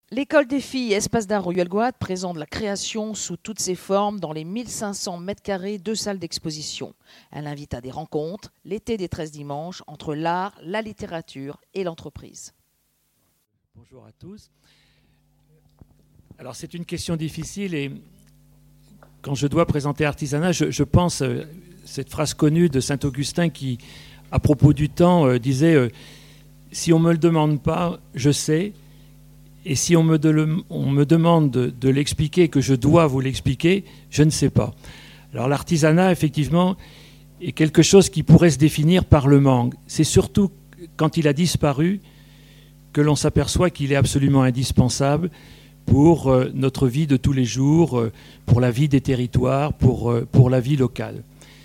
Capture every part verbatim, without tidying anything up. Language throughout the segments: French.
L'école des filles Espace d'art Royal-Goat présente la création sous toutes ses formes dans les mille cinq cents mètres carrés de salles d'exposition. Elle invite à des rencontres, l'été des treize dimanches, entre l'art, la littérature et l'entreprise. Bonjour à tous. Alors c'est une question difficile et quand je dois présenter Artisanat, je, je pense euh, cette phrase connue de Saint-Augustin qui, à propos du temps, euh, disait euh, « Si on ne me le demande pas, je sais. Et si on me, de le, on me demande de, de l'expliquer, que je dois vous l'expliquer, je ne sais pas. » Alors l'artisanat, effectivement, est quelque chose qui pourrait se définir par le manque. C'est surtout quand il a disparu que l'on s'aperçoit qu'il est absolument indispensable pour euh, notre vie de tous les jours, euh, pour la vie des territoires, pour, euh, pour la vie locale.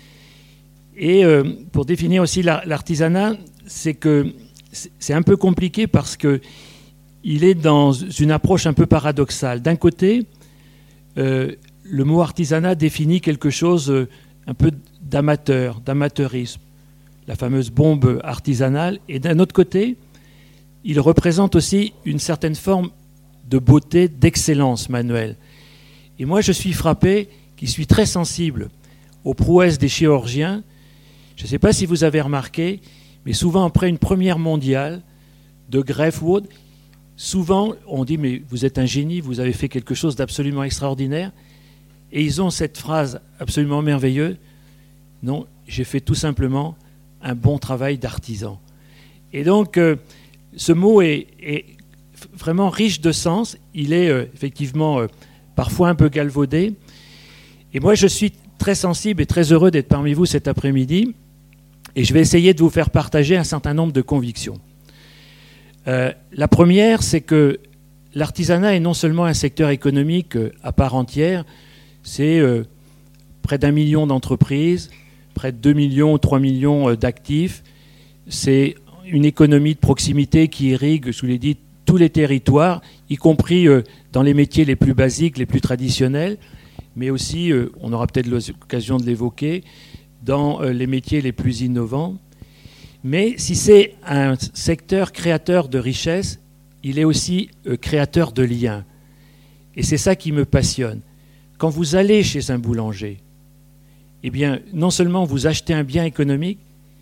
Et euh, pour définir aussi la, l'artisanat, c'est que c'est un peu compliqué parce que il est dans une approche un peu paradoxale. D'un côté, euh, le mot artisanat définit quelque chose euh, un peu d'amateur, d'amateurisme, la fameuse bombe artisanale. Et d'un autre côté, il représente aussi une certaine forme de beauté, d'excellence manuelle. Et moi, je suis frappé, qui suis très sensible aux prouesses des chirurgiens. Je ne sais pas si vous avez remarqué, mais souvent après une première mondiale de greffe ou autre, souvent, on dit « mais vous êtes un génie, vous avez fait quelque chose d'absolument extraordinaire ». Et ils ont cette phrase absolument merveilleuse « non, j'ai fait tout simplement un bon travail d'artisan ». Et donc, euh, ce mot est, est vraiment riche de sens. Il est euh, effectivement euh, parfois un peu galvaudé. Et moi, je suis très sensible et très heureux d'être parmi vous cet après-midi. Et je vais essayer de vous faire partager un certain nombre de convictions. Euh, la première, c'est que l'artisanat est non seulement un secteur économique euh, à part entière, c'est euh, près d'un million d'entreprises, près de deux millions, trois millions euh, d'actifs. C'est une économie de proximité qui irrigue, je vous l'ai dit, tous les territoires, y compris euh, dans les métiers les plus basiques, les plus traditionnels, mais aussi, euh, on aura peut-être l'occasion de l'évoquer, dans euh, les métiers les plus innovants. Mais si c'est un secteur créateur de richesse, il est aussi euh, créateur de liens. Et c'est ça qui me passionne. Quand vous allez chez un boulanger, eh bien, non seulement vous achetez un bien économique,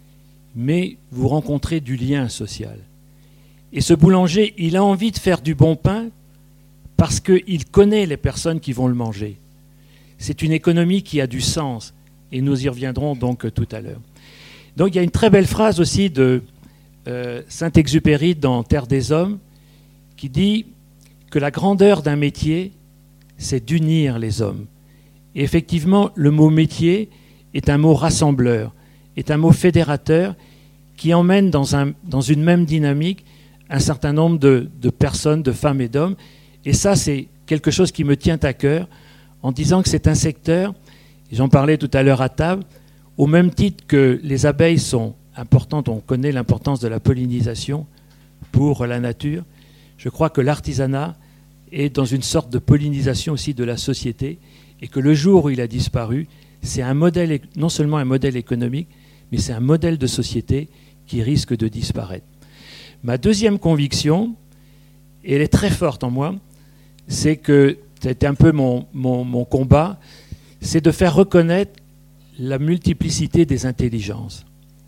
mais vous rencontrez du lien social. Et ce boulanger, il a envie de faire du bon pain parce qu'il connaît les personnes qui vont le manger. C'est une économie qui a du sens, et nous y reviendrons donc tout à l'heure. Donc il y a une très belle phrase aussi de euh, Saint-Exupéry dans Terre des Hommes qui dit que la grandeur d'un métier, c'est d'unir les hommes. Et effectivement, le mot métier est un mot rassembleur, est un mot fédérateur qui emmène dans, un, dans une même dynamique un certain nombre de, de personnes, de femmes et d'hommes. Et ça, c'est quelque chose qui me tient à cœur en disant que c'est un secteur, et j'en parlais tout à l'heure à table, au même titre que les abeilles sont importantes, on connaît l'importance de la pollinisation pour la nature, je crois que l'artisanat est dans une sorte de pollinisation aussi de la société et que le jour où il a disparu, c'est un modèle, non seulement un modèle économique, mais c'est un modèle de société qui risque de disparaître. Ma deuxième conviction, et elle est très forte en moi, c'est que c'était un peu mon, mon, mon combat, c'est de faire reconnaître la multiplicité des intelligences.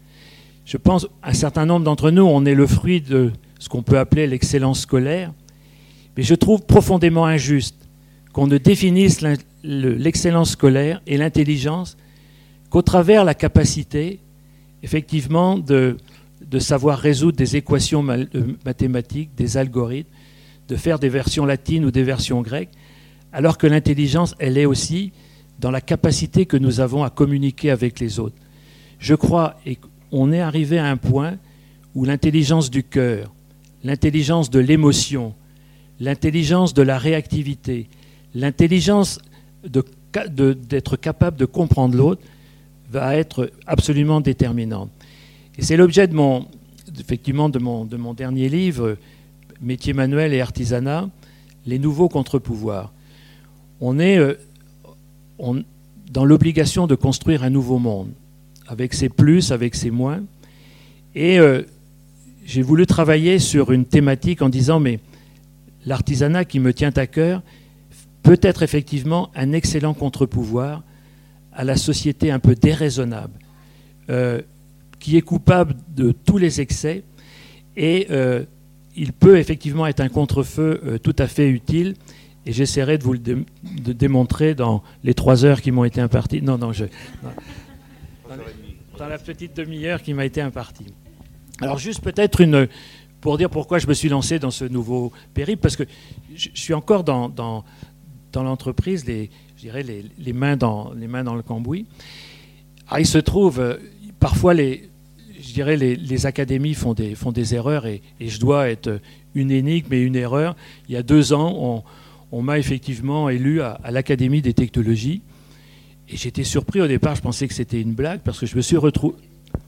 Je pense un certain nombre d'entre nous, on est le fruit de ce qu'on peut appeler l'excellence scolaire, mais je trouve profondément injuste qu'on ne définisse l'excellence scolaire et l'intelligence qu'au travers la capacité, effectivement, de, de savoir résoudre des équations mathématiques, des algorithmes, de faire des versions latines ou des versions grecques, alors que l'intelligence, elle est aussi dans la capacité que nous avons à communiquer avec les autres. Je crois qu'on est arrivé à un point où l'intelligence du cœur, l'intelligence de l'émotion, l'intelligence de la réactivité, l'intelligence de, de, d'être capable de comprendre l'autre va être absolument déterminante. Et c'est l'objet de mon, effectivement, de mon, de mon dernier livre, Métiers manuels et artisanat, les nouveaux contre-pouvoirs. On est euh, on, dans l'obligation de construire un nouveau monde, avec ses plus, avec ses moins. Et euh, j'ai voulu travailler sur une thématique en disant, mais l'artisanat qui me tient à cœur peut être effectivement un excellent contre-pouvoir à la société un peu déraisonnable, euh, qui est coupable de tous les excès, et euh, il peut effectivement être un contre-feu euh, tout à fait utile, et j'essaierai de vous le dé de démontrer dans les trois heures qui m'ont été imparties. Non, non, je, non. Dans, dans la petite demi-heure qui m'a été impartie. Alors juste peut-être une... pour dire pourquoi je me suis lancé dans ce nouveau périple, parce que je, je suis encore dans... dans dans l'entreprise, les, je dirais les, les, mains dans, les mains dans le cambouis. Alors, il se trouve, euh, parfois, les, je dirais les, les académies font des, font des erreurs, et, et je dois être une énigme et une erreur. Il y a deux ans, on, on m'a effectivement élu à, à l'Académie des technologies, et j'étais surpris au départ, je pensais que c'était une blague, parce que je me suis retrouvé...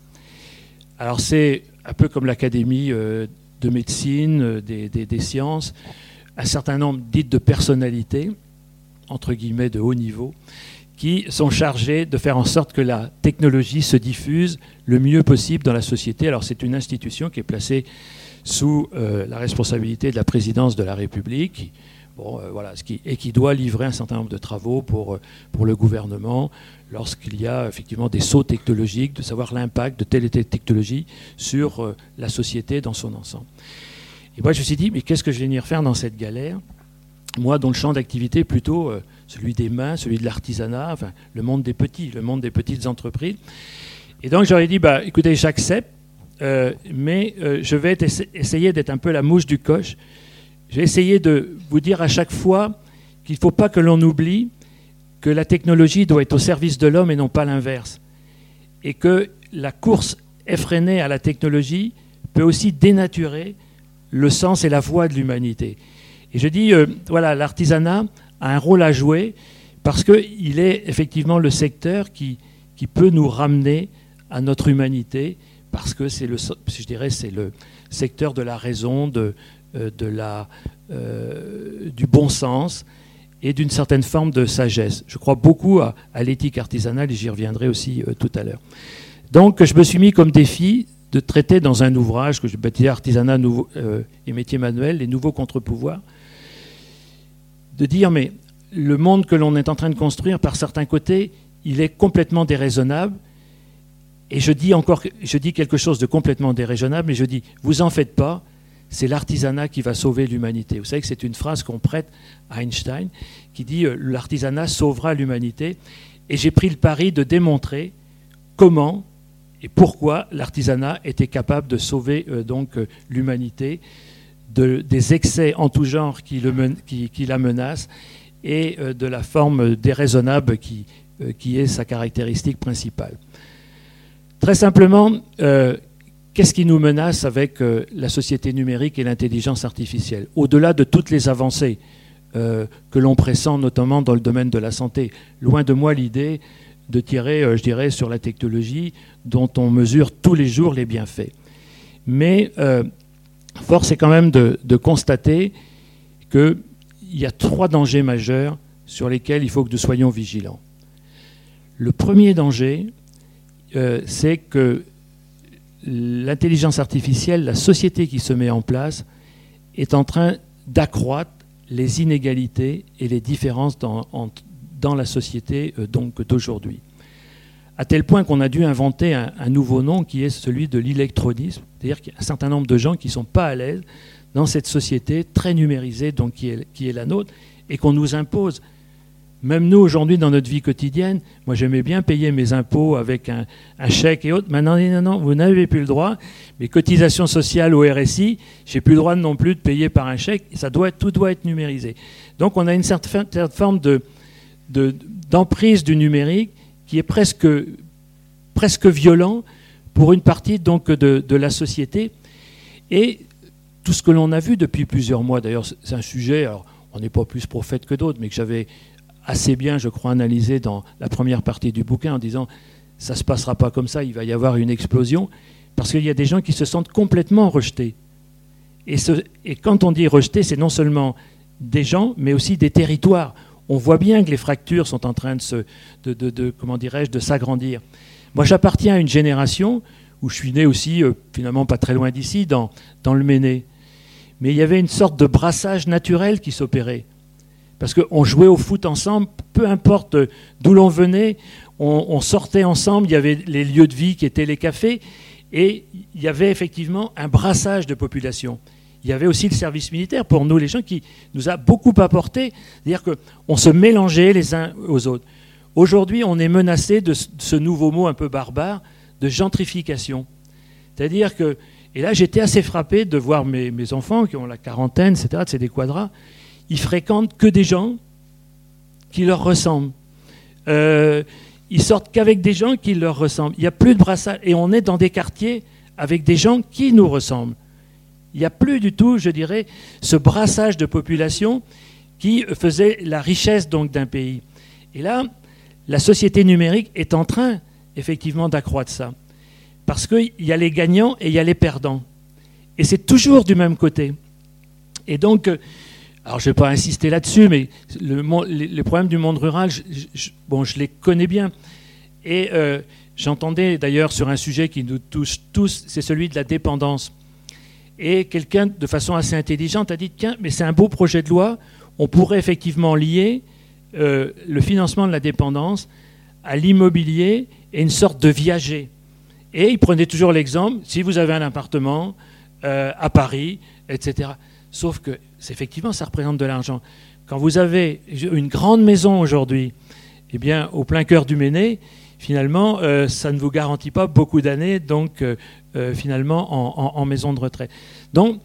Alors c'est un peu comme l'Académie euh, de médecine, euh, des, des, des sciences, un certain nombre dites de personnalités, entre guillemets de haut niveau, qui sont chargés de faire en sorte que la technologie se diffuse le mieux possible dans la société. Alors c'est une institution qui est placée sous euh, la responsabilité de la présidence de la République, qui, bon, euh, voilà, ce qui, et qui doit livrer un certain nombre de travaux pour, pour le gouvernement lorsqu'il y a effectivement des sauts technologiques, de savoir l'impact de telle et telle technologie sur euh, la société dans son ensemble. Et moi je me suis dit, mais qu'est-ce que je vais venir faire dans cette galère ? Moi, dont le champ d'activité est plutôt euh, celui des mains, celui de l'artisanat, enfin, le monde des petits, le monde des petites entreprises. Et donc, j'aurais dit, bah, écoutez, j'accepte, euh, mais euh, je vais essayer d'être un peu la mouche du coche. Je vais essayer de vous dire à chaque fois qu'il ne faut pas que l'on oublie que la technologie doit être au service de l'homme et non pas l'inverse. Et que la course effrénée à la technologie peut aussi dénaturer le sens et la voix de l'humanité. Et je dis, euh, voilà, l'artisanat a un rôle à jouer parce qu'il est effectivement le secteur qui, qui peut nous ramener à notre humanité, parce que c'est le, je dirais, c'est le secteur de la raison, de, euh, de la, euh, du bon sens et d'une certaine forme de sagesse. Je crois beaucoup à, à l'éthique artisanale et j'y reviendrai aussi euh, tout à l'heure. Donc je me suis mis comme défi de traiter dans un ouvrage que je baptisais Artisanat nouveau, euh, et métiers manuels, les nouveaux contre-pouvoirs, de dire, mais le monde que l'on est en train de construire, par certains côtés, il est complètement déraisonnable. Et je dis encore, je dis quelque chose de complètement déraisonnable, mais je dis, vous en faites pas, c'est l'artisanat qui va sauver l'humanité. Vous savez que c'est une phrase qu'on prête à Einstein, qui dit, l'artisanat sauvera l'humanité. Et j'ai pris le pari de démontrer comment et pourquoi l'artisanat était capable de sauver euh, donc euh, l'humanité de, des excès en tout genre qui, le men, qui, qui la menacent et euh, de la forme déraisonnable qui, euh, qui est sa caractéristique principale. Très simplement, euh, qu'est-ce qui nous menace avec euh, la société numérique et l'intelligence artificielle ? Au-delà de toutes les avancées euh, que l'on pressent, notamment dans le domaine de la santé, loin de moi l'idée de tirer, euh, je dirais, sur la technologie dont on mesure tous les jours les bienfaits. Mais euh, force est quand même de, de constater qu'il y a trois dangers majeurs sur lesquels il faut que nous soyons vigilants. Le premier danger, euh, c'est que l'intelligence artificielle, la société qui se met en place, est en train d'accroître les inégalités et les différences dans, en, dans la société euh, donc, d'aujourd'hui. À tel point qu'on a dû inventer un, un nouveau nom qui est celui de l'électronisme, c'est-à-dire qu'il y a un certain nombre de gens qui ne sont pas à l'aise dans cette société très numérisée donc, qui, est, qui est la nôtre et qu'on nous impose. Même nous, aujourd'hui, dans notre vie quotidienne, moi j'aimais bien payer mes impôts avec un, un chèque et autres. Maintenant, non, non, vous n'avez plus le droit. Mes cotisations sociales au R S I, je n'ai plus le droit non plus de payer par un chèque. Ça doit être, tout doit être numérisé. Donc on a une certaine forme de, de, d'emprise du numérique qui est presque, presque violent pour une partie donc, de, de la société. Et tout ce que l'on a vu depuis plusieurs mois, d'ailleurs c'est un sujet, alors on n'est pas plus prophète que d'autres, mais que j'avais assez bien, je crois, analysé dans la première partie du bouquin en disant ça ne se passera pas comme ça, il va y avoir une explosion, parce qu'il y a des gens qui se sentent complètement rejetés. Et, ce, et quand on dit rejetés, c'est non seulement des gens, mais aussi des territoires. On voit bien que les fractures sont en train de, se, de, de, de, comment dirais-je, de s'agrandir. Moi, j'appartiens à une génération où je suis né aussi, euh, finalement pas très loin d'ici, dans, dans le Méné. mais il y avait une sorte de brassage naturel qui s'opérait. Parce qu'on jouait au foot ensemble, peu importe d'où l'on venait, on, on sortait ensemble, il y avait les lieux de vie qui étaient les cafés, et il y avait effectivement un brassage de population. Il y avait aussi le service militaire, pour nous les gens, qui nous a beaucoup apporté, c'est-à-dire qu'on se mélangeait les uns aux autres. Aujourd'hui, on est menacé de ce nouveau mot un peu barbare, de gentrification. C'est-à-dire que, et là j'étais assez frappé de voir mes, mes enfants qui ont la quarantaine, et cetera, c'est des quadras, ils fréquentent que des gens qui leur ressemblent. Euh, ils sortent qu'avec des gens qui leur ressemblent. Il n'y a plus de brassage. Et on est dans des quartiers avec des gens qui nous ressemblent. Il n'y a plus du tout, je dirais, ce brassage de population qui faisait la richesse donc d'un pays. Et là, la société numérique est en train, effectivement, d'accroître ça. Parce qu'il y a les gagnants et il y a les perdants. Et c'est toujours du même côté. Et donc... Alors, je ne vais pas insister là-dessus, mais le, les problèmes du monde rural, je, je, bon, je les connais bien. Et euh, j'entendais d'ailleurs sur un sujet qui nous touche tous, c'est celui de la dépendance. Et quelqu'un, de façon assez intelligente, a dit « Tiens, mais c'est un beau projet de loi, on pourrait effectivement lier euh, le financement de la dépendance à l'immobilier et une sorte de viager. » Et il prenait toujours l'exemple, si vous avez un appartement euh, à Paris, et cetera. Sauf que, effectivement, ça représente de l'argent. Quand vous avez une grande maison aujourd'hui, eh bien, au plein cœur du Méné, finalement, euh, ça ne vous garantit pas beaucoup d'années, donc, euh, euh, finalement, en, en, en maison de retraite. Donc,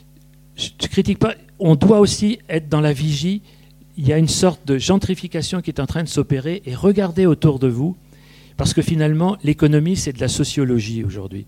je ne critique pas, on doit aussi être dans la vigie. Il y a une sorte de gentrification qui est en train de s'opérer, et regardez autour de vous, parce que finalement, l'économie, c'est de la sociologie aujourd'hui.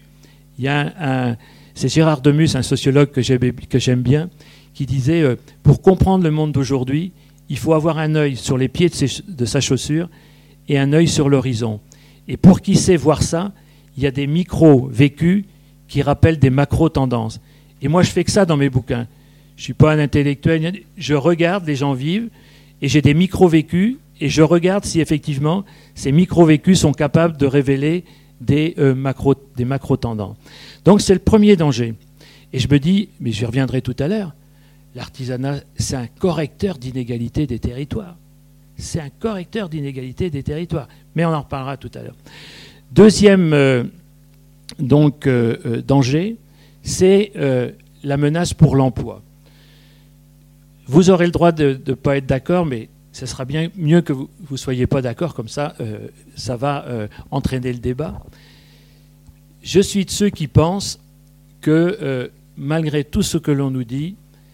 Il y a un... un C'est Gérard Demus, un sociologue que j'aime, que j'aime bien, qui disait euh, « Pour comprendre le monde d'aujourd'hui, il faut avoir un œil sur les pieds de, ses, de sa chaussure et un œil sur l'horizon. Et pour qui sait voir ça, il y a des micro-vécus qui rappellent des macro-tendances. Et moi, je fais que ça dans mes bouquins. Je ne suis pas un intellectuel. Je regarde, les gens vivent, et j'ai des micro-vécus, et je regarde si effectivement ces micro-vécus sont capables de révéler des, euh, macro, des macro-tendances. Donc c'est le premier danger. Et je me dis, mais j'y reviendrai tout à l'heure, l'artisanat, c'est un correcteur d'inégalité des territoires. C'est un correcteur d'inégalité des territoires. Mais on en reparlera tout à l'heure. Deuxième euh, donc, euh, euh, danger, c'est euh, la menace pour l'emploi. Vous aurez le droit de ne pas être d'accord, mais ce sera bien mieux que vous ne soyez pas d'accord, comme ça, euh, ça va euh, entraîner le débat. Je suis de ceux qui pensent que, euh, malgré tout ce que l'on nous dit,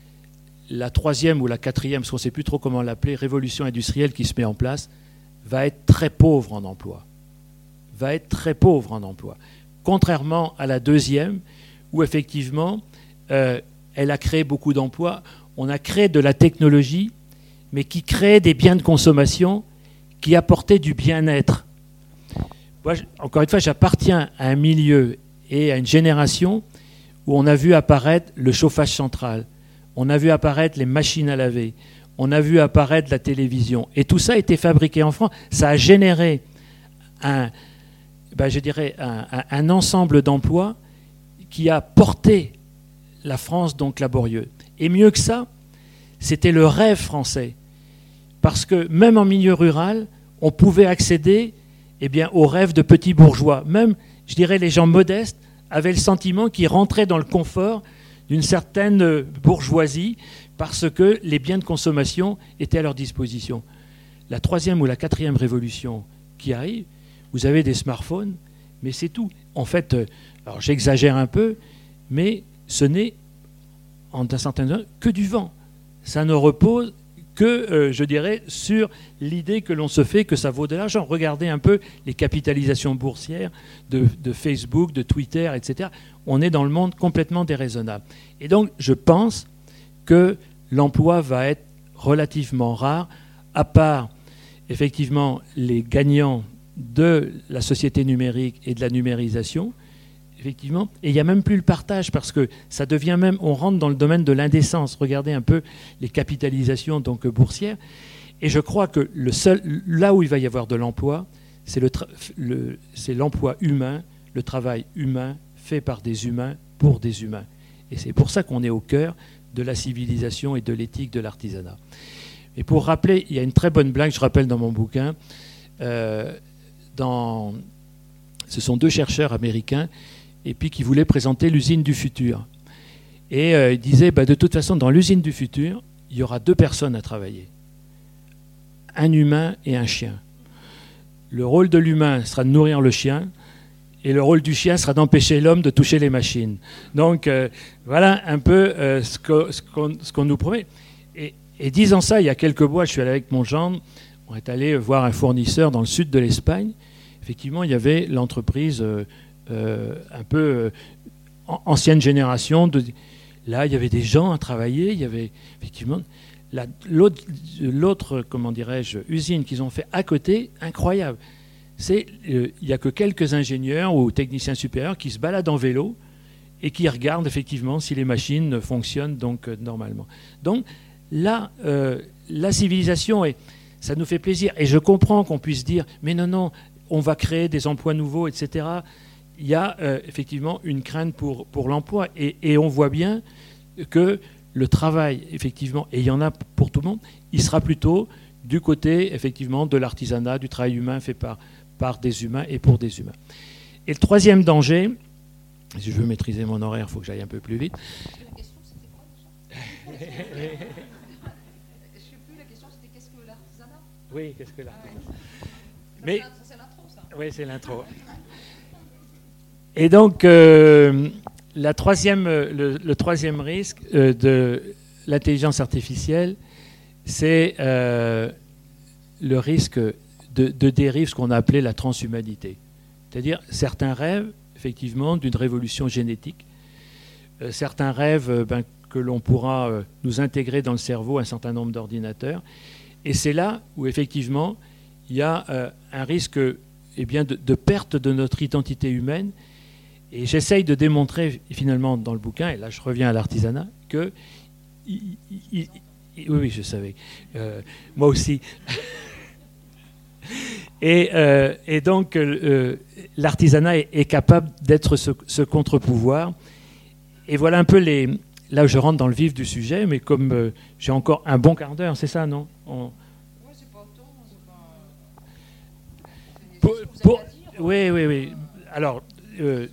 la troisième ou la quatrième, parce qu'on ne sait plus trop comment l'appeler, révolution industrielle qui se met en place, va être très pauvre en emploi. Va être très pauvre en emploi. Contrairement à la deuxième, où effectivement, euh, elle a créé beaucoup d'emplois. On a créé de la technologie, mais qui créait des biens de consommation qui apportaient du bien-être. Moi, encore une fois, j'appartiens à un milieu et à une génération où on a vu apparaître le chauffage central, on a vu apparaître les machines à laver, on a vu apparaître la télévision. Et tout ça a été fabriqué en France. Ça a généré un, ben je dirais un, un, un ensemble d'emplois qui a porté la France donc laborieuse. Et mieux que ça, c'était le rêve français. Parce que même en milieu rural, on pouvait accéder eh bien, aux rêves de petits bourgeois. Même, je dirais, les gens modestes avaient le sentiment qu'ils rentraient dans le confort d'une certaine bourgeoisie parce que les biens de consommation étaient à leur disposition. La troisième ou la quatrième révolution qui arrive, vous avez des smartphones, mais c'est tout. En fait, alors j'exagère un peu, mais ce n'est, en un certain sens, que du vent. Ça ne repose que, euh, je dirais, sur l'idée que l'on se fait que ça vaut de l'argent. Regardez un peu les capitalisations boursières de, de Facebook, de Twitter, et cetera. On est dans le monde complètement déraisonnable. Et donc, je pense que l'emploi va être relativement rare, à part, effectivement, les gagnants de la société numérique et de la numérisation, effectivement, et il n'y a même plus le partage parce que ça devient même, on rentre dans le domaine de l'indécence. Regardez un peu les capitalisations donc boursières. Et je crois que le seul, là où il va y avoir de l'emploi, c'est, le tra- le, c'est l'emploi humain, le travail humain fait par des humains pour des humains. Et c'est pour ça qu'on est au cœur de la civilisation et de l'éthique de l'artisanat. Et pour rappeler, il y a une très bonne blague, je rappelle dans mon bouquin, euh, dans, ce sont deux chercheurs américains et puis qui voulaient présenter l'usine du futur. Et euh, ils disaient, bah, de toute façon, dans l'usine du futur, il y aura deux personnes à travailler. Un humain et un chien. Le rôle de l'humain sera de nourrir le chien et le rôle du chien sera d'empêcher l'homme de toucher les machines. Donc euh, voilà un peu euh, ce, que, ce, qu'on, ce qu'on nous promet. Et, et disant ça, il y a quelques mois, je suis allé avec mon gendre, on est allé voir un fournisseur dans le sud de l'Espagne. Effectivement, il y avait l'entreprise euh, euh, un peu euh, ancienne génération. De, là, il y avait des gens à travailler, il y avait effectivement... La, l'autre, l'autre, comment dirais-je, usine qu'ils ont fait à côté, incroyable. C'est, euh, il n'y a que quelques ingénieurs ou techniciens supérieurs qui se baladent en vélo et qui regardent effectivement si les machines fonctionnent donc euh, normalement. Donc là, euh, la civilisation, est, ça nous fait plaisir. Et je comprends qu'on puisse dire, mais non, non, on va créer des emplois nouveaux, et cetera. Il y a euh, effectivement une crainte pour, pour l'emploi. Et, et on voit bien que le travail, effectivement, et il y en a pour tout le monde, il sera plutôt du côté, effectivement, de l'artisanat, du travail humain fait par, par des humains et pour des humains. Et le troisième danger, si je veux maîtriser mon horaire, il faut que j'aille un peu plus vite. La question, c'était quoi déjà ? Je ne sais plus, la question, c'était qu'est-ce que l'artisanat ? Oui, qu'est-ce que l'artisanat ? Ah, ouais. Mais, ça, c'est l'intro, ça. Oui, c'est l'intro. Et donc... Euh, La troisième, le, le troisième risque euh, de l'intelligence artificielle, c'est euh, le risque de, de dérive, ce qu'on a appelé la transhumanité. C'est-à-dire, certains rêvent effectivement d'une révolution génétique, euh, certains rêvent euh, ben, que l'on pourra euh, nous intégrer dans le cerveau un certain nombre d'ordinateurs, et c'est là où effectivement il y a euh, un risque eh bien, de, de perte de notre identité humaine. Et j'essaye de démontrer finalement dans le bouquin, et là je reviens à l'artisanat, que... Il, il, il, oui, oui, je savais. Euh, moi aussi. et, euh, et donc euh, l'artisanat est, est capable d'être ce, ce contre-pouvoir. Et voilà un peu les... Là où je rentre dans le vif du sujet, mais comme euh, j'ai encore un bon quart d'heure, c'est ça, non On... Oui, c'est pas autant, c'est pas... C'est pour, ce que vous pour... avez à dire. Oui, oui, oui. Alors... Euh,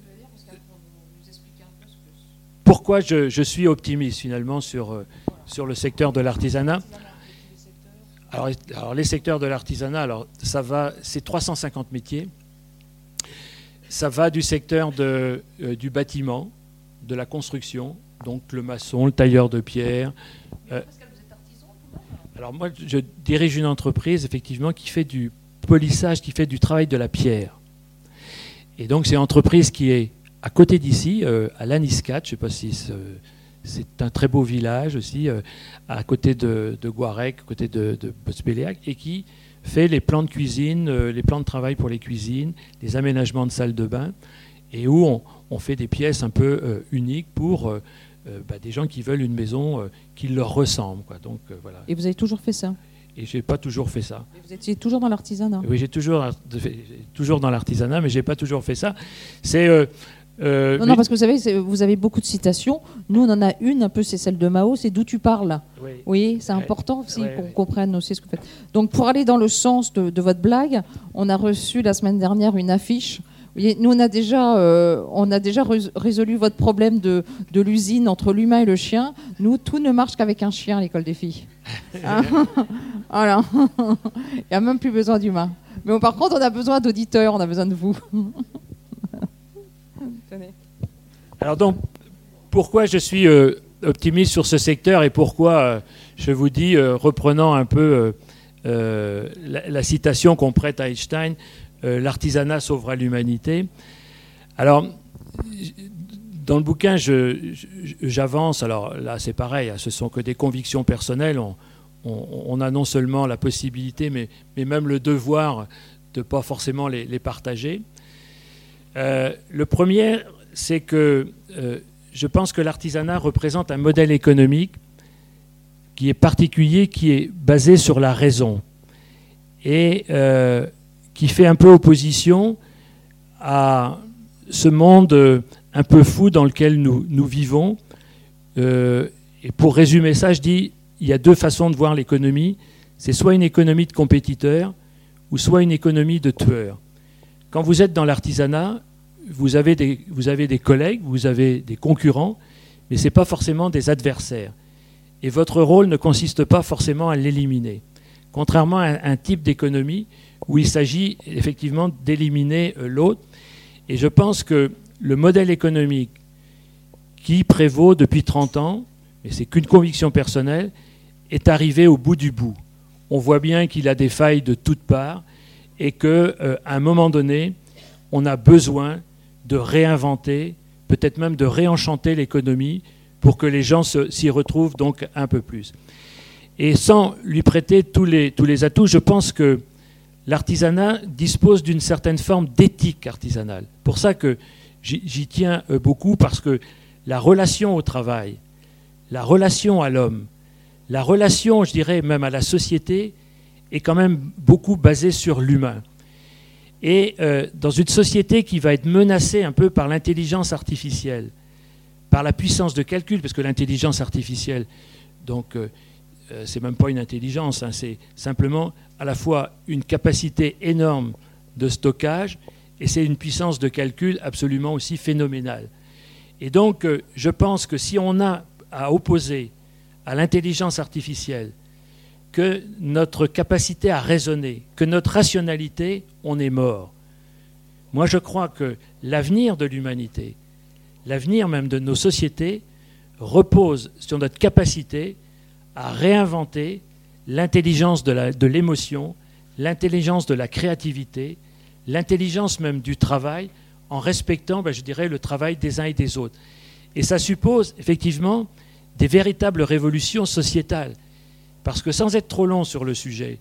Pourquoi je, je suis optimiste finalement sur, euh, sur le secteur de l'artisanat ? alors, alors les secteurs de l'artisanat, alors ça va, c'est trois cent cinquante métiers. Ça va du secteur de, euh, du bâtiment, de la construction, donc le maçon, le tailleur de pierre. Euh, alors moi, je dirige une entreprise effectivement qui fait du polissage, qui fait du travail de la pierre. Et donc c'est une entreprise qui est à côté d'ici, euh, à Laniscat, je ne sais pas si c'est, c'est un très beau village aussi, euh, à côté de, de Guarec, à côté de, de Botsbéléac, et qui fait les plans de cuisine, euh, les plans de travail pour les cuisines, les aménagements de salles de bain, et où on, on fait des pièces un peu euh, uniques pour euh, euh, bah, des gens qui veulent une maison euh, qui leur ressemble, quoi. Donc, euh, voilà. Et vous avez toujours fait ça ? Et je n'ai pas toujours fait ça. Et vous étiez toujours dans l'artisanat ? Oui, j'ai toujours, toujours dans l'artisanat, mais je n'ai pas toujours fait ça. C'est... Euh, Euh, non, non, parce que vous savez, vous avez beaucoup de citations. Nous, on en a une, un peu, c'est celle de Mao, c'est d'où tu parles. Oui, oui c'est ouais. important aussi ouais, qu'on ouais. comprenne aussi ce que vous faites. Donc, pour aller dans le sens de, de votre blague, on a reçu la semaine dernière une affiche. Vous voyez, nous, on a déjà, euh, on a déjà résolu votre problème de, de l'usine entre l'humain et le chien. Nous, tout ne marche qu'avec un chien à l'école des filles. Hein voilà. Il n'y a même plus besoin d'humain. Mais bon, par contre, on a besoin d'auditeurs, on a besoin de vous. Alors donc, pourquoi je suis euh, optimiste sur ce secteur et pourquoi euh, je vous dis, euh, reprenant un peu euh, euh, la, la citation qu'on prête à Einstein, euh, l'artisanat sauvera l'humanité. Alors, dans le bouquin, je, je, j'avance, alors là c'est pareil, ce sont que des convictions personnelles, on, on, on a non seulement la possibilité, mais, mais même le devoir de ne pas forcément les, les partager. Euh, le premier, c'est que euh, je pense que l'artisanat représente un modèle économique qui est particulier, qui est basé sur la raison et euh, qui fait un peu opposition à ce monde un peu fou dans lequel nous, nous vivons, Euh, et pour résumer ça, je dis, il y a deux façons de voir l'économie. C'est soit une économie de compétiteurs ou soit une économie de tueurs. Quand vous êtes dans l'artisanat, vous avez des, vous avez des collègues, vous avez des concurrents, mais ce n'est pas forcément des adversaires. Et votre rôle ne consiste pas forcément à l'éliminer. Contrairement à un type d'économie où il s'agit effectivement d'éliminer l'autre. Et je pense que le modèle économique qui prévaut depuis trente ans, mais c'est qu'une conviction personnelle, est arrivé au bout du bout. On voit bien qu'il a des failles de toutes parts et qu'à euh, un moment donné, on a besoin de réinventer, peut-être même de réenchanter l'économie pour que les gens se, s'y retrouvent donc un peu plus. Et sans lui prêter tous les, tous les atouts, je pense que l'artisanat dispose d'une certaine forme d'éthique artisanale. Pour ça que j'y, j'y tiens beaucoup, parce que la relation au travail, la relation à l'homme, la relation, je dirais, même à la société, est quand même beaucoup basée sur l'humain. Et euh, dans une société qui va être menacée un peu par l'intelligence artificielle, par la puissance de calcul, parce que l'intelligence artificielle, donc, euh, euh, c'est même pas une intelligence, hein, c'est simplement à la fois une capacité énorme de stockage et c'est une puissance de calcul absolument aussi phénoménale. Et donc, euh, je pense que si on a à opposer à l'intelligence artificielle que notre capacité à raisonner, que notre rationalité, on est mort. Moi, je crois que l'avenir de l'humanité, l'avenir même de nos sociétés, repose sur notre capacité à réinventer l'intelligence de, la, de l'émotion, l'intelligence de la créativité, l'intelligence même du travail, en respectant, ben, je dirais, le travail des uns et des autres. Et ça suppose, effectivement, des véritables révolutions sociétales. Parce que sans être trop long sur le sujet,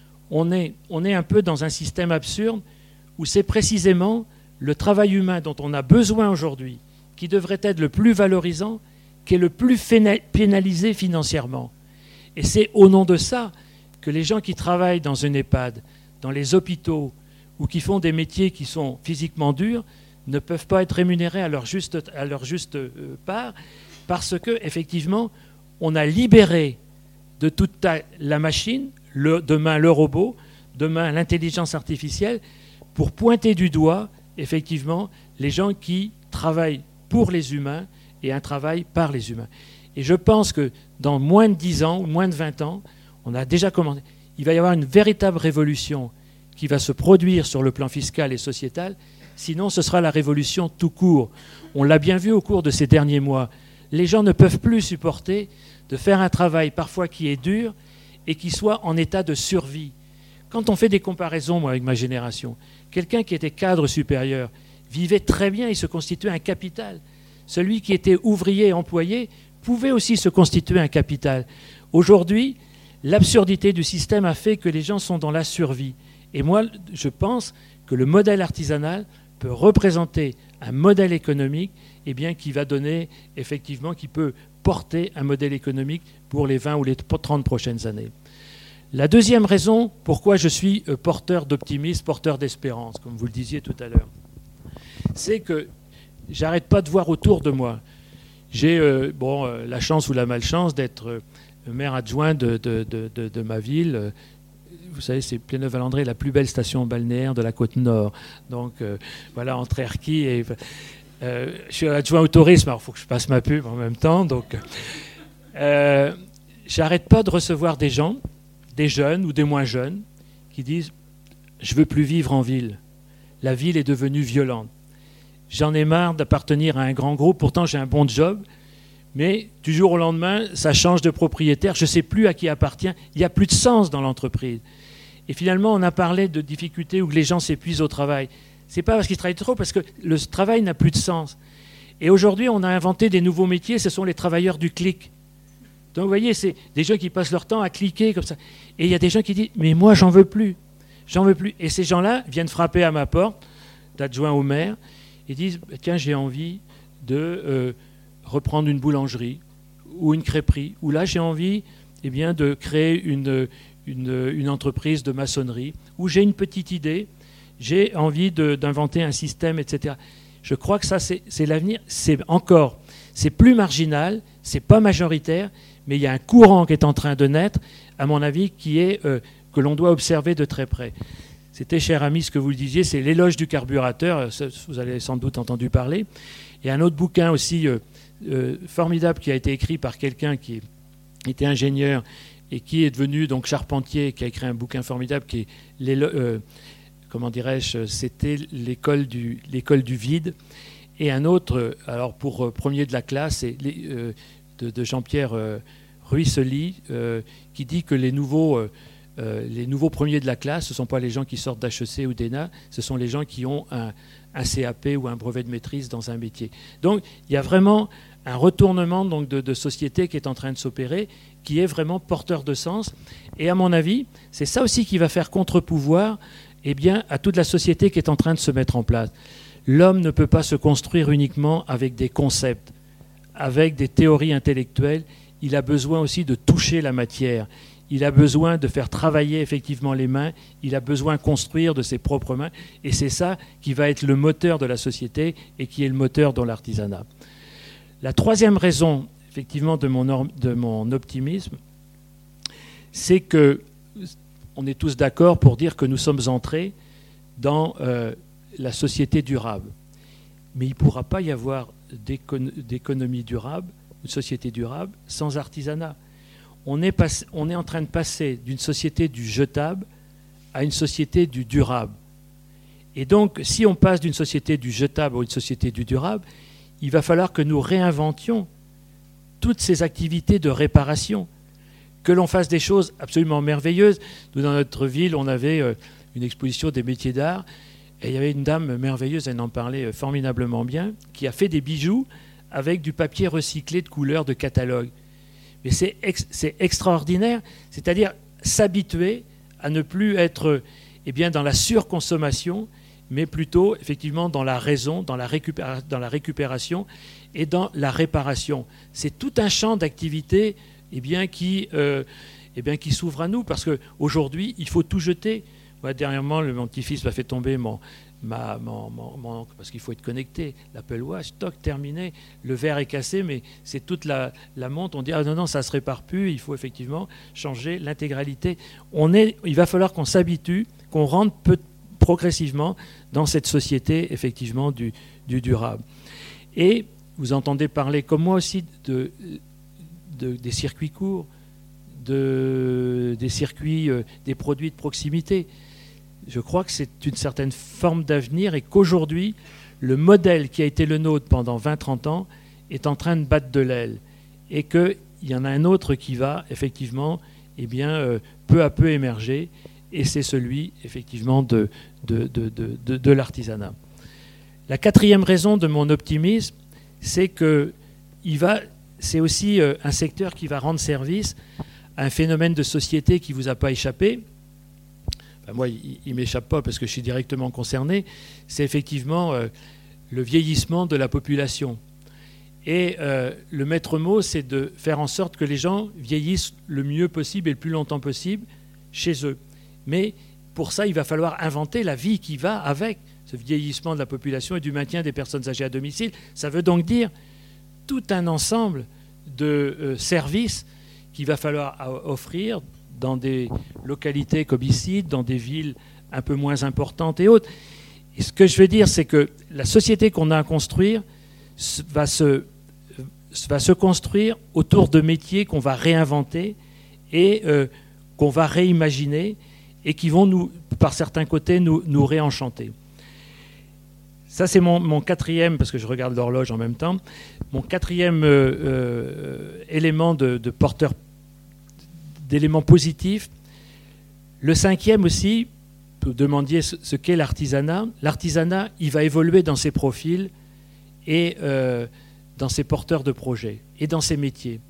on est, on est un peu dans un système absurde où c'est précisément le travail humain dont on a besoin aujourd'hui, qui devrait être le plus valorisant, qui est le plus pénalisé financièrement. Et c'est au nom de ça que les gens qui travaillent dans une EHPAD, dans les hôpitaux, ou qui font des métiers qui sont physiquement durs, ne peuvent pas être rémunérés à leur juste, à leur juste part, parce qu'effectivement, on a libéré de toute la machine, le, demain le robot, demain l'intelligence artificielle, pour pointer du doigt, effectivement, les gens qui travaillent pour les humains et un travail par les humains. Et je pense que dans moins de dix ans ou moins de vingt ans, on a déjà commencé, il va y avoir une véritable révolution qui va se produire sur le plan fiscal et sociétal, sinon ce sera la révolution tout court. On l'a bien vu au cours de ces derniers mois. Les gens ne peuvent plus supporter de faire un travail parfois qui est dur et qui soit en état de survie. Quand on fait des comparaisons, moi, avec ma génération, quelqu'un qui était cadre supérieur vivait très bien, il se constituait un capital. Celui qui était ouvrier et employé pouvait aussi se constituer un capital. Aujourd'hui, l'absurdité du système a fait que les gens sont dans la survie. Et moi, je pense que le modèle artisanal peut représenter un modèle économique eh bien, qui va donner, effectivement, qui peut porter un modèle économique pour les vingt ou les trente prochaines années. La deuxième raison pourquoi je suis porteur d'optimisme, porteur d'espérance, comme vous le disiez tout à l'heure, c'est que j'arrête pas de voir autour de moi. J'ai euh, bon, euh, la chance ou la malchance d'être euh, maire adjoint de, de, de, de, de ma ville. Vous savez, c'est Pléneuve-Valandré, la plus belle station balnéaire de la côte nord. Donc euh, voilà, entre Erquy et... Euh, je suis adjoint au tourisme, alors il faut que je passe ma pub en même temps. Donc, euh, j'arrête pas de recevoir des gens, des jeunes ou des moins jeunes, qui disent « je veux plus vivre en ville. La ville est devenue violente. J'en ai marre d'appartenir à un grand groupe, pourtant j'ai un bon job, mais du jour au lendemain, ça change de propriétaire, je ne sais plus à qui appartient, il n'y a plus de sens dans l'entreprise. » Et finalement, on a parlé de difficultés où les gens s'épuisent au travail. Ce n'est pas parce qu'ils travaillent trop, parce que le travail n'a plus de sens. Et aujourd'hui, on a inventé des nouveaux métiers, ce sont les travailleurs du clic. Donc vous voyez, c'est des gens qui passent leur temps à cliquer comme ça. Et il y a des gens qui disent « mais moi, j'en veux plus, j'en veux plus ». Et ces gens-là viennent frapper à ma porte, d'adjoint au maire, et disent « tiens, j'ai envie de euh, reprendre une boulangerie ou une crêperie, ou là, j'ai envie eh bien, de créer une, une, une entreprise de maçonnerie, ou j'ai une petite idée ». J'ai envie de, d'inventer un système, et cetera. Je crois que ça, c'est, c'est l'avenir. C'est encore, c'est plus marginal, c'est pas majoritaire, mais il y a un courant qui est en train de naître, à mon avis, qui est, euh, que l'on doit observer de très près. C'était, cher ami, ce que vous le disiez, c'est l'éloge du carburateur, vous avez sans doute entendu parler. Il y a un autre bouquin aussi euh, euh, formidable qui a été écrit par quelqu'un qui était ingénieur et qui est devenu donc charpentier, qui a écrit un bouquin formidable qui est, euh, comment dirais-je, c'était l'école du, l'école du vide. Et un autre, alors pour euh, premier de la classe, c'est les, euh, de, de Jean-Pierre euh, Ruissely, euh, qui dit que les nouveaux, euh, euh, les nouveaux premiers de la classe, ce ne sont pas les gens qui sortent d'H E C ou d'E N A, ce sont les gens qui ont un, un C A P ou un brevet de maîtrise dans un métier. Donc il y a vraiment un retournement donc, de, de société qui est en train de s'opérer, qui est vraiment porteur de sens. Et à mon avis, c'est ça aussi qui va faire contre-pouvoir eh bien, à toute la société qui est en train de se mettre en place. L'homme ne peut pas se construire uniquement avec des concepts, avec des théories intellectuelles. Il a besoin aussi de toucher la matière. Il a besoin de faire travailler effectivement les mains. Il a besoin de construire de ses propres mains. Et c'est ça qui va être le moteur de la société et qui est le moteur dans l'artisanat. La troisième raison, effectivement, de mon, de mon optimisme, c'est que on est tous d'accord pour dire que nous sommes entrés dans euh, la société durable. Mais il ne pourra pas y avoir d'économie durable, une société durable, sans artisanat. On est, passé, on est en train de passer d'une société du jetable à une société du durable. Et donc, si on passe d'une société du jetable à une société du durable, il va falloir que nous réinventions toutes ces activités de réparation, que l'on fasse des choses absolument merveilleuses. Nous, dans notre ville, on avait une exposition des métiers d'art, et il y avait une dame merveilleuse, elle en parlait formidablement bien, qui a fait des bijoux avec du papier recyclé de couleur de catalogue. Mais c'est, ex, c'est extraordinaire, c'est-à-dire s'habituer à ne plus être eh bien, dans la surconsommation, mais plutôt effectivement dans la raison, dans la, récupéra- dans la récupération et dans la réparation. C'est tout un champ d'activités eh bien, qui, euh, eh bien, qui s'ouvre à nous, parce qu'aujourd'hui, il faut tout jeter. Moi, dernièrement, le, mon petit-fils m'a fait tomber mon, ma, mon, mon, mon, parce qu'il faut être connecté, l'Apple Watch, toc, terminé, le verre est cassé, mais c'est toute la, la montre. On dit, ah non, non, ça ne se répare plus, il faut effectivement changer l'intégralité. On est, il va falloir qu'on s'habitue, qu'on rentre peu, progressivement dans cette société, effectivement, du, du durable. Et vous entendez parler, comme moi aussi, de, de, des circuits courts, de, des circuits, euh, des produits de proximité. Je crois que c'est une certaine forme d'avenir et qu'aujourd'hui, le modèle qui a été le nôtre pendant vingt à trente ans est en train de battre de l'aile. Et qu'il y en a un autre qui va, effectivement, eh bien, euh, peu à peu émerger. Et c'est celui, effectivement, de, de, de, de, de, de l'artisanat. La quatrième raison de mon optimisme, c'est que il va, c'est aussi un secteur qui va rendre service à un phénomène de société qui ne vous a pas échappé. Enfin, moi, il ne m'échappe pas parce que je suis directement concerné. C'est effectivement euh, le vieillissement de la population. Et euh, le maître mot, c'est de faire en sorte que les gens vieillissent le mieux possible et le plus longtemps possible chez eux. Mais pour ça, il va falloir inventer la vie qui va avec ce vieillissement de la population et du maintien des personnes âgées à domicile. Ça veut donc dire tout un ensemble de euh, services qu'il va falloir offrir dans des localités comme ici, dans des villes un peu moins importantes et autres. Et ce que je veux dire, c'est que la société qu'on a à construire va se, va se construire autour de métiers qu'on va réinventer et euh, qu'on va réimaginer et qui vont, nous, par certains côtés, nous, nous réenchanter. Ça, c'est mon, mon quatrième, parce que je regarde l'horloge en même temps, mon quatrième euh, euh, élément de, de porteur d'éléments positifs. Le cinquième aussi, vous demandiez ce, ce qu'est l'artisanat. L'artisanat, il va évoluer dans ses profils et euh, dans ses porteurs de projets et dans ses métiers.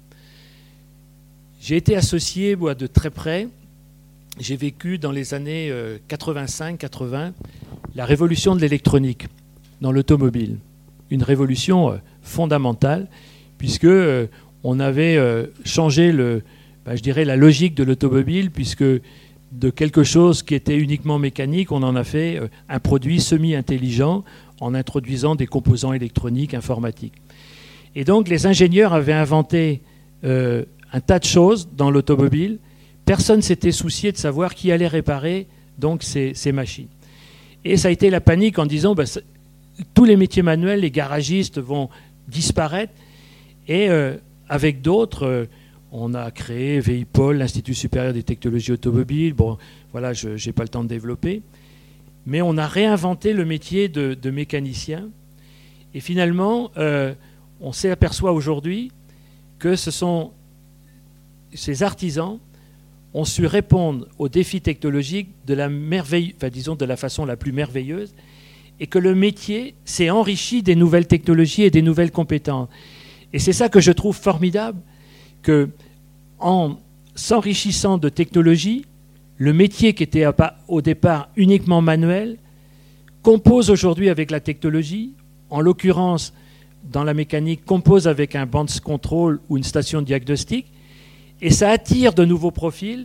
J'ai été associé, moi, de très près. J'ai vécu dans les années euh, quatre-vingt-cinq quatre-vingts la révolution de l'électronique dans l'automobile. Une révolution euh, fondamentale, puisque euh, on avait euh, changé le, ben, je dirais, la logique de l'automobile, puisque de quelque chose qui était uniquement mécanique, on en a fait euh, un produit semi-intelligent en introduisant des composants électroniques, informatiques. Et donc les ingénieurs avaient inventé euh, un tas de choses dans l'automobile. Personne ne s'était soucié de savoir qui allait réparer donc ces, ces machines. Et ça a été la panique en disant bah, ça, tous les métiers manuels, les garagistes vont disparaître. Et euh, avec d'autres, euh, on a créé V I P O L, l'Institut supérieur des technologies automobiles. Bon, voilà, je n'ai pas le temps de développer. Mais on a réinventé le métier de, de mécanicien. Et finalement, euh, on s'aperçoit aujourd'hui que ce sont ces artisans ont su répondre aux défis technologiques de la merveille, enfin, disons de la façon la plus merveilleuse, et que le métier s'est enrichi des nouvelles technologies et des nouvelles compétences. Et c'est ça que je trouve formidable, que en s'enrichissant de technologies, le métier qui était au départ uniquement manuel compose aujourd'hui avec la technologie, en l'occurrence dans la mécanique, compose avec un band control ou une station de diagnostic, et ça attire de nouveaux profils,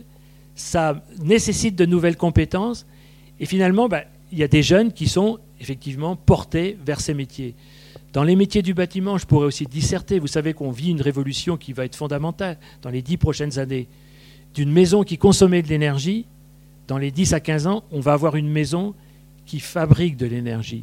ça nécessite de nouvelles compétences, et finalement, ben, il y a des jeunes qui sont effectivement portés vers ces métiers. Dans les métiers du bâtiment, je pourrais aussi disserter. Vous savez qu'on vit une révolution qui va être fondamentale dans les dix prochaines années. D'une maison qui consommait de l'énergie, dans les dix à quinze ans, on va avoir une maison qui fabrique de l'énergie.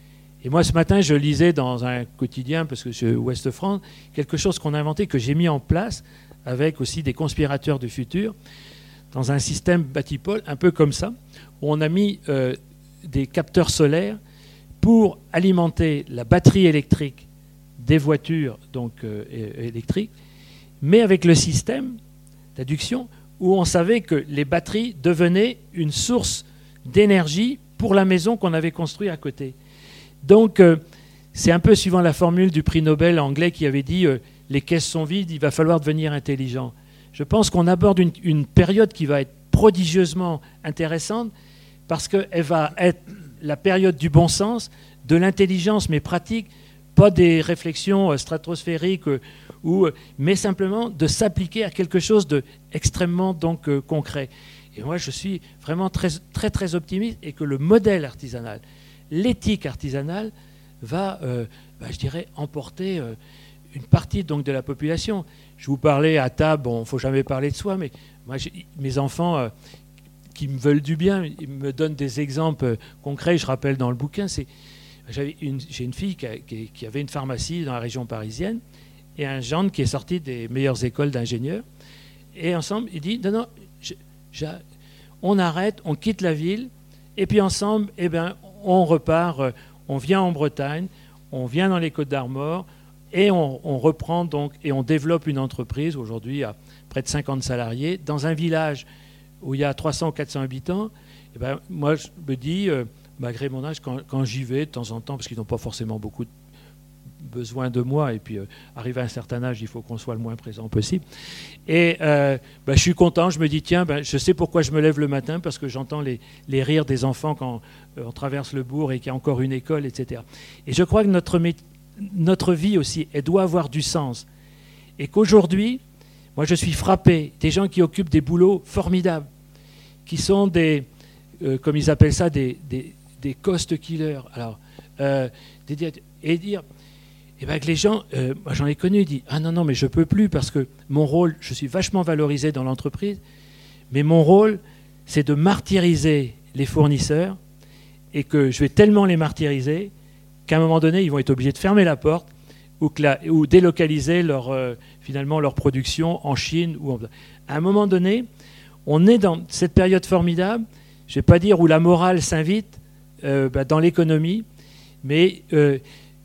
Et moi, ce matin, je lisais dans un quotidien, parce que c'est Ouest France, quelque chose qu'on a inventé, que j'ai mis en place, avec aussi des conspirateurs du futur, dans un système Batipol, un peu comme ça, où on a mis euh, des capteurs solaires pour alimenter la batterie électrique des voitures donc, euh, électriques, mais avec le système d'adduction, où on savait que les batteries devenaient une source d'énergie pour la maison qu'on avait construite à côté. Donc, euh, c'est un peu suivant la formule du prix Nobel anglais qui avait dit euh, « les caisses sont vides, il va falloir devenir intelligent ». Je pense qu'on aborde une, une période qui va être prodigieusement intéressante parce qu'elle va être la période du bon sens, de l'intelligence mais pratique, pas des réflexions stratosphériques, ou, mais simplement de s'appliquer à quelque chose d'extrêmement donc, euh, concret. Et moi, je suis vraiment très, très, très optimiste et que le modèle artisanal, l'éthique artisanale va, euh, bah, je dirais, emporter euh, une partie donc, de la population. Je vous parlais à table, bon, il ne faut jamais parler de soi, mais moi, mes enfants euh, qui me veulent du bien, ils me donnent des exemples euh, concrets, je rappelle dans le bouquin, c'est, j'ai une, une fille qui, a, qui, qui avait une pharmacie dans la région parisienne et un gendre qui est sorti des meilleures écoles d'ingénieurs. Et ensemble, il dit, non, non, je, je, on arrête, on quitte la ville, et puis ensemble, eh ben, on repart, euh, on vient en Bretagne, on vient dans les Côtes-d'Armor, et on, on reprend donc, et on développe une entreprise, aujourd'hui à près de cinquante salariés, dans un village où il y a trois cents ou quatre cents habitants. Eh ben, moi, je me dis, euh, malgré mon âge, quand, quand j'y vais de temps en temps, parce qu'ils n'ont pas forcément beaucoup de besoin de moi, et puis euh, arrivé à un certain âge, il faut qu'on soit le moins présent possible. Et euh, ben, je suis content, je me dis, tiens, ben, je sais pourquoi je me lève le matin, parce que j'entends les, les rires des enfants quand euh, on traverse le bourg et qu'il y a encore une école, et cetera. Et je crois que notre, notre vie aussi, elle doit avoir du sens. Et qu'aujourd'hui, moi je suis frappé des gens qui occupent des boulots formidables, qui sont des, euh, comme ils appellent ça, des, des, des cost killers. Alors, euh, des, et dire... Et bien que les gens, euh, moi j'en ai connu, ils disent « Ah non, non, mais je ne peux plus parce que mon rôle, je suis vachement valorisé dans l'entreprise, mais mon rôle, c'est de martyriser les fournisseurs et que je vais tellement les martyriser qu'à un moment donné, ils vont être obligés de fermer la porte ou, que la, ou délocaliser leur, euh, finalement leur production en Chine. Ou en... À un moment donné, on est dans cette période formidable, je ne vais pas dire où la morale s'invite euh, bah, dans l'économie, mais... Euh,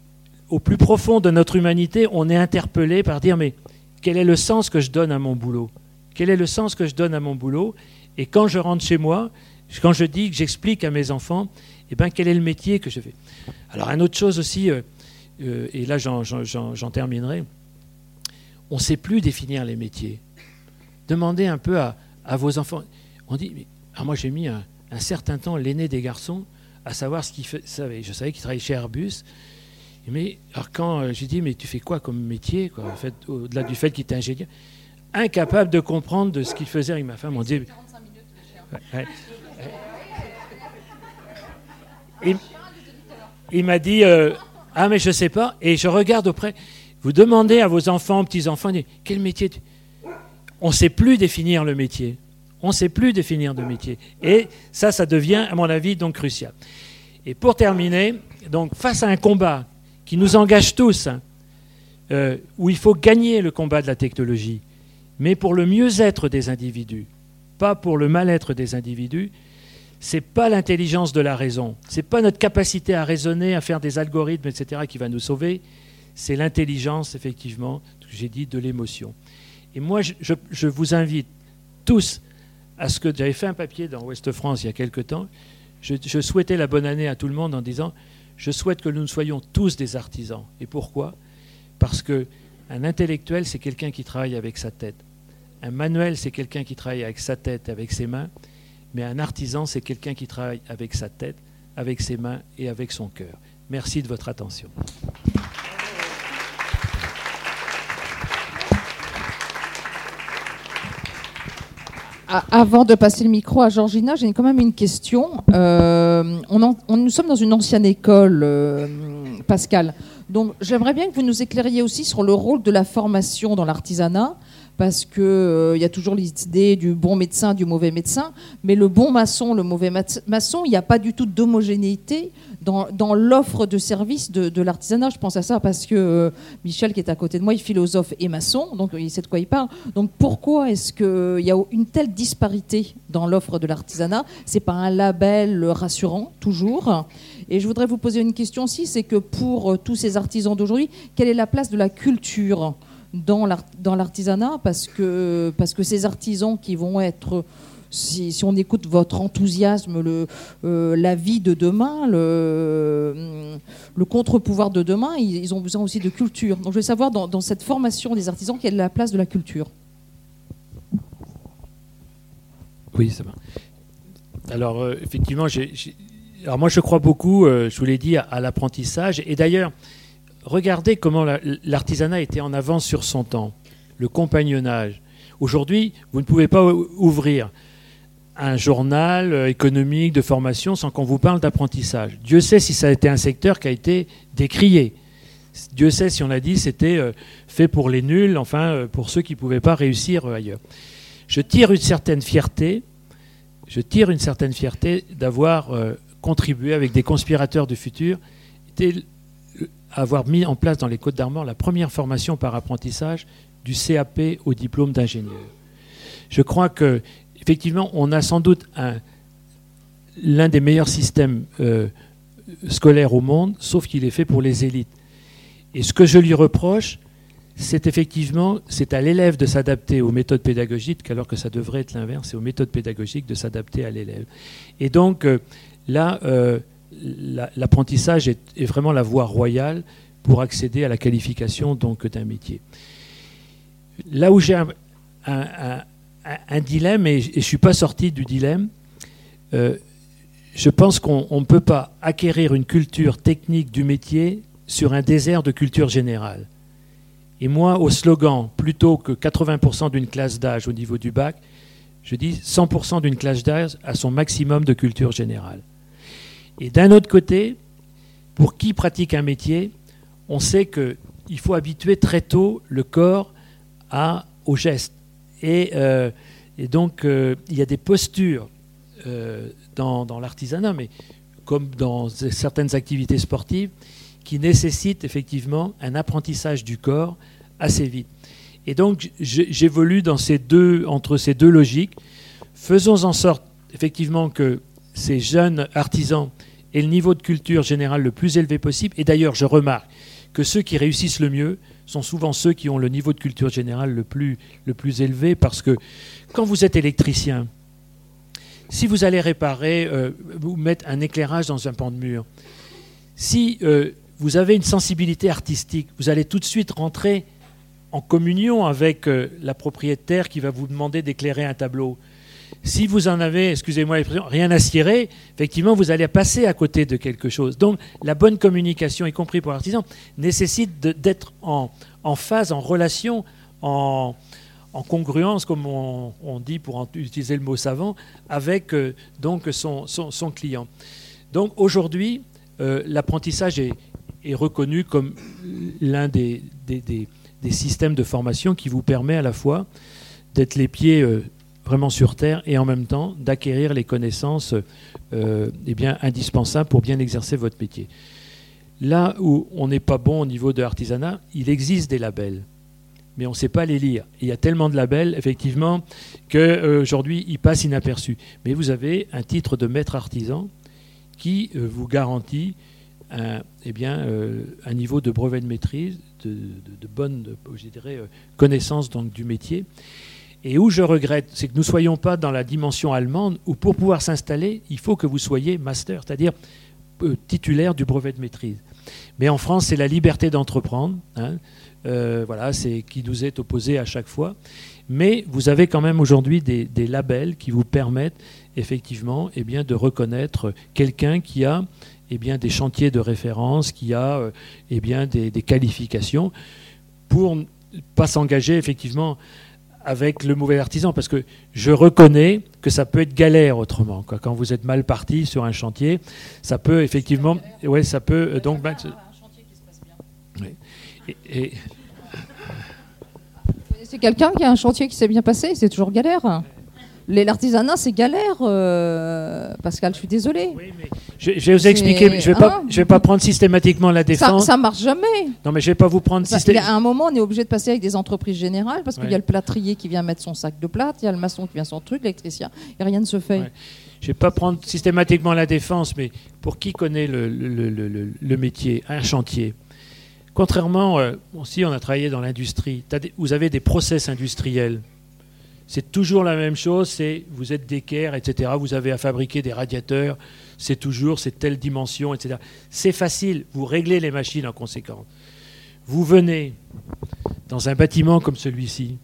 au plus profond de notre humanité, on est interpellé par dire mais quel est le sens que je donne à mon boulot ? Quel est le sens que je donne à mon boulot ? Et quand je rentre chez moi, quand je dis que j'explique à mes enfants, eh ben, quel est le métier que je fais ? Alors, une autre chose aussi, euh, euh, et là j'en, j'en, j'en terminerai, on ne sait plus définir les métiers. Demandez un peu à, à vos enfants. On dit, mais, alors moi j'ai mis un, un certain temps l'aîné des garçons à savoir ce qu'il fait. Je savais qu'il travaillait chez Airbus. Mais alors quand euh, j'ai dit, mais tu fais quoi comme métier quoi, en fait, au-delà du fait qu'il était ingénieur, incapable de comprendre de ce qu'il faisait avec ma femme, on dit... Ouais, ouais. Il, il m'a dit, euh, ah mais je sais pas, et je regarde auprès, Vous demandez à vos enfants, petits-enfants, quel métier tu... On ne sait plus définir le métier. On ne sait plus définir de métier. Et ça, ça devient, à mon avis, donc crucial. Et pour terminer, donc, face à un combat qui nous engage tous, hein, euh, où il faut gagner le combat de la technologie, mais pour le mieux-être des individus, pas pour le mal-être des individus, ce n'est pas l'intelligence de la raison, ce n'est pas notre capacité à raisonner, à faire des algorithmes, et cetera qui va nous sauver, c'est l'intelligence, effectivement, que j'ai dit, de l'émotion. Et moi, je, je, je vous invite tous à ce que... J'avais fait un papier dans Ouest France il y a quelque temps. Je, je souhaitais la bonne année à tout le monde en disant « Je souhaite que nous soyons tous des artisans ». Et pourquoi ? Parce qu'un intellectuel, c'est quelqu'un qui travaille avec sa tête. Un manuel, c'est quelqu'un qui travaille avec sa tête, avec ses mains. Mais un artisan, c'est quelqu'un qui travaille avec sa tête, avec ses mains et avec son cœur. Merci de votre attention. Avant de passer le micro à Georgina, j'ai quand même une question. Euh, on, en, on nous sommes dans une ancienne école, euh, Pascal. Donc, j'aimerais bien que vous nous éclairiez aussi sur le rôle de la formation dans l'artisanat, parce qu'il euh, y a toujours l'idée du bon médecin, du mauvais médecin, mais le bon maçon, le mauvais maçon, il n'y a pas du tout d'homogénéité dans, dans l'offre de services de, de l'artisanat. Je pense à ça parce que euh, Michel, qui est à côté de moi, il est philosophe et maçon, donc il sait de quoi il parle. Donc pourquoi est-ce qu'il y a une telle disparité dans l'offre de l'artisanat ? Ce n'est pas un label rassurant, toujours. Et je voudrais vous poser une question aussi, c'est que pour tous ces artisans d'aujourd'hui, quelle est la place de la culture dans l'artisanat, parce que, parce que ces artisans qui vont être, si, si on écoute votre enthousiasme, le, euh, la vie de demain, le, le contre-pouvoir de demain, ils, ils ont besoin aussi de culture. Donc je veux savoir, dans, dans cette formation des artisans, quelle est la place de la culture ? Oui, ça va. Alors, euh, effectivement, j'ai, j'ai... Alors moi je crois beaucoup, euh, je vous l'ai dit, à, à l'apprentissage. Et d'ailleurs, regardez comment la, l'artisanat était en avance sur son temps, le compagnonnage. Aujourd'hui, vous ne pouvez pas ouvrir un journal économique de formation sans qu'on vous parle d'apprentissage. Dieu sait si ça a été un secteur qui a été décrié. Dieu sait si on a dit c'était fait pour les nuls, enfin pour ceux qui ne pouvaient pas réussir ailleurs. Je tire une certaine fierté, je tire une certaine fierté d'avoir contribué avec des conspirateurs du futur, avoir mis en place dans les Côtes-d'Armor la première formation par apprentissage du C A P au diplôme d'ingénieur. Je crois que effectivement, on a sans doute un, l'un des meilleurs systèmes euh, scolaires au monde, sauf qu'il est fait pour les élites. Et ce que je lui reproche, c'est effectivement, c'est à l'élève de s'adapter aux méthodes pédagogiques, alors que ça devrait être l'inverse, c'est aux méthodes pédagogiques de s'adapter à l'élève. Et donc, euh, là, euh, la, l'apprentissage est, est vraiment la voie royale pour accéder à la qualification donc, d'un métier. Là où j'ai un, un, un un dilemme, et je ne suis pas sorti du dilemme, euh, je pense qu'on ne peut pas acquérir une culture technique du métier sur un désert de culture générale. Et moi, au slogan, plutôt que quatre-vingts pour cent d'une classe d'âge au niveau du bac, je dis cent pour cent d'une classe d'âge à son maximum de culture générale. Et d'un autre côté, pour qui pratique un métier, on sait qu'il faut habituer très tôt le corps à, au geste. Et, euh, et donc, euh, il y a des postures euh, dans, dans l'artisanat, mais comme dans certaines activités sportives, qui nécessitent effectivement un apprentissage du corps assez vite. Et donc, j'évolue dans ces deux, entre ces deux logiques. Faisons en sorte, effectivement, que ces jeunes artisans aient le niveau de culture générale le plus élevé possible. Et d'ailleurs, je remarque que ceux qui réussissent le mieux sont souvent ceux qui ont le niveau de culture générale le plus, le plus élevé, parce que quand vous êtes électricien, si vous allez réparer, euh, vous mettre un éclairage dans un pan de mur, si euh, vous avez une sensibilité artistique, vous allez tout de suite rentrer en communion avec euh, la propriétaire qui va vous demander d'éclairer un tableau. Si vous en avez, excusez-moi l'expression, rien à cirer, effectivement, vous allez passer à côté de quelque chose. Donc, la bonne communication, y compris pour l'artisan, nécessite de, d'être en, en phase, en relation, en, en congruence, comme on, on dit pour utiliser le mot savant, avec euh, donc son, son, son client. Donc, aujourd'hui, euh, l'apprentissage est, est reconnu comme l'un des, des, des, des systèmes de formation qui vous permet à la fois d'être les pieds euh, vraiment sur terre et en même temps d'acquérir les connaissances euh, eh bien, indispensables pour bien exercer votre métier. Là où on n'est pas bon au niveau de l'artisanat, il existe des labels, mais on ne sait pas les lire. Et il y a tellement de labels, effectivement, qu'aujourd'hui, euh, ils passent inaperçus. Mais vous avez un titre de maître artisan qui euh, vous garantit un, eh bien, euh, un niveau de brevet de maîtrise, de, de, de bonne de, je dirais, euh, connaissance donc, du métier. Et où je regrette, c'est que nous ne soyons pas dans la dimension allemande, où pour pouvoir s'installer, il faut que vous soyez master, c'est-à-dire euh, titulaire du brevet de maîtrise. Mais en France, c'est la liberté d'entreprendre, hein, euh, voilà, c'est qui nous est opposée à chaque fois. Mais vous avez quand même aujourd'hui des, des labels qui vous permettent effectivement eh bien, de reconnaître quelqu'un qui a eh bien, des chantiers de référence, qui a euh, eh bien, des, des qualifications pour ne pas s'engager effectivement avec le mauvais artisan, parce que je reconnais que ça peut être galère autrement. Quoi. Quand vous êtes mal parti sur un chantier, ça peut effectivement... Ouais, ça peut... Euh, donc, ben, oui. Et, et... Vous connaissez quelqu'un qui a un chantier qui s'est bien passé? C'est toujours galère. L'artisanat, c'est galère, euh, Pascal, je suis désolée. Oui, mais je, je vais vous expliquer, je ne vais, hein vais pas prendre systématiquement la défense. Ça ne marche jamais. Non, mais je ne vais pas vous prendre systématiquement. À un moment, on est obligé de passer avec des entreprises générales, parce qu'il ouais. y a le plâtrier qui vient mettre son sac de plâtre, il y a le maçon qui vient son truc, l'électricien, et rien ne se fait. Ouais. Je ne vais pas prendre systématiquement la défense, mais pour qui connaît le, le, le, le, le métier, un chantier, contrairement, euh, aussi on a travaillé dans l'industrie, vous avez des process industriels. C'est toujours la même chose, c'est vous êtes d'équerre, et cetera. Vous avez à fabriquer des radiateurs, c'est toujours, c'est telle dimension, et cetera. C'est facile, vous réglez les machines en conséquence. Vous venez dans un bâtiment comme celui-ci,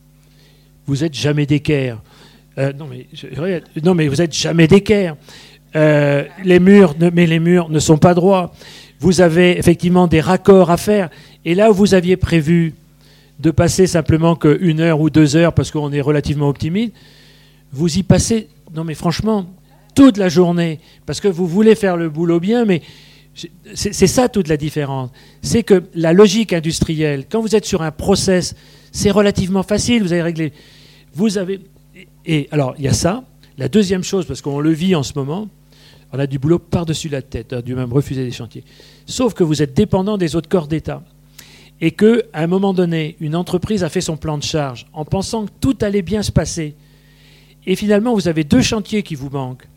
vous n'êtes jamais d'équerre. Euh, non, mais, je, non, mais vous n'êtes jamais d'équerre. Euh, les murs, mais les murs ne sont pas droits. Vous avez effectivement des raccords à faire. Et là où vous aviez prévu de passer simplement qu'une heure ou deux heures parce qu'on est relativement optimiste, vous y passez, non mais franchement, toute la journée, parce que vous voulez faire le boulot bien, mais c'est, c'est ça toute la différence. C'est que la logique industrielle, quand vous êtes sur un process, c'est relativement facile, vous avez réglé. Vous avez... Et alors, il y a ça. La deuxième chose, parce qu'on le vit en ce moment, on a du boulot par-dessus la tête, on a dû même refuser des chantiers. Sauf que vous êtes dépendant des autres corps d'État. Et qu'à un moment donné, une entreprise a fait son plan de charge en pensant que tout allait bien se passer. Et finalement, vous avez deux chantiers qui vous manquent.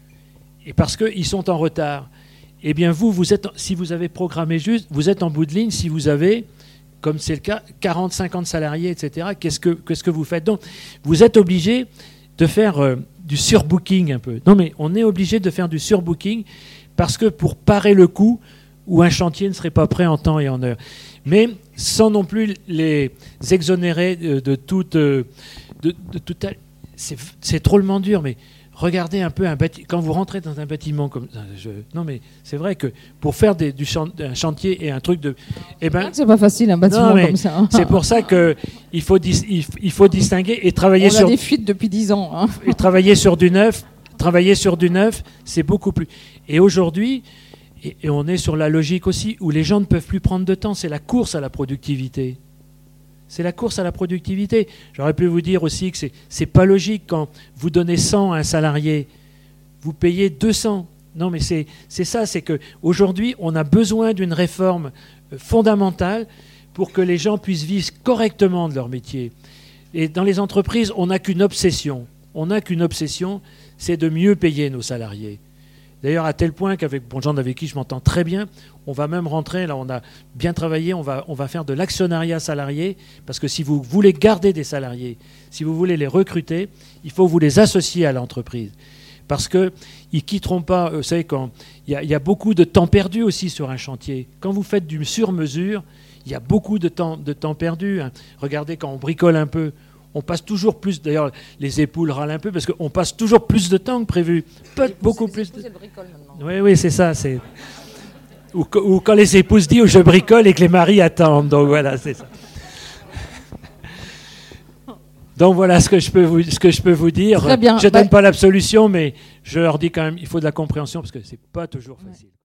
Et parce qu'ils sont en retard. Eh bien, vous, vous êtes, si vous avez programmé juste, vous êtes en bout de ligne. Si vous avez, comme c'est le cas, quarante, cinquante salariés, et cetera, qu'est-ce que, qu'est-ce que vous faites? Donc, vous êtes obligé de faire euh, du surbooking un peu. Non, mais on est obligé de faire du surbooking parce que pour parer le coup où un chantier ne serait pas prêt en temps et en heure. Mais sans non plus les exonérer de, de toute... De, de toute c'est, c'est drôlement dur, mais regardez un peu un bâtiment. Quand vous rentrez dans un bâtiment comme ça, je, non mais c'est vrai que pour faire des, du chan, un chantier et un truc de... Eh ben, c'est pas facile un bâtiment non, comme ça. Hein. C'est pour ça qu'il faut, il, il faut distinguer et travailler On sur... On a des fuites depuis dix ans. Hein. Et travailler sur du neuf, travailler sur du neuf, c'est beaucoup plus... Et aujourd'hui... Et, et on est sur la logique aussi où les gens ne peuvent plus prendre de temps. C'est la course à la productivité. C'est la course à la productivité. J'aurais pu vous dire aussi que c'est, c'est pas logique quand vous donnez cent à un salarié, vous payez deux cents. Non, mais c'est, c'est ça, c'est qu'aujourd'hui, on a besoin d'une réforme fondamentale pour que les gens puissent vivre correctement de leur métier. Et dans les entreprises, on n'a qu'une obsession. On n'a qu'une obsession, c'est de mieux payer nos salariés. D'ailleurs, à tel point qu'avec Bonjean, avec qui je m'entends très bien, on va même rentrer, là on a bien travaillé, on va, on va faire de l'actionnariat salarié, parce que si vous voulez garder des salariés, si vous voulez les recruter, il faut vous les associer à l'entreprise. Parce qu'ils ne quitteront pas, vous savez, quand il y, y a beaucoup de temps perdu aussi sur un chantier. Quand vous faites du sur-mesure, il y a beaucoup de temps, de temps perdu. Hein. Regardez, quand on bricole un peu, on passe toujours plus, d'ailleurs les époules râlent un peu parce qu'on passe toujours plus de temps que prévu. Peu, beaucoup plus. De... Oui, oui, c'est ça. C'est... Ou, ou quand les épouses disent oh, je bricole et que les maris attendent. Donc voilà, c'est ça. Donc voilà ce que je peux vous, ce que je peux vous dire. Très bien. Je ne donne bah... pas l'absolution, mais je leur dis quand même il faut de la compréhension parce que c'est pas toujours facile. Ouais.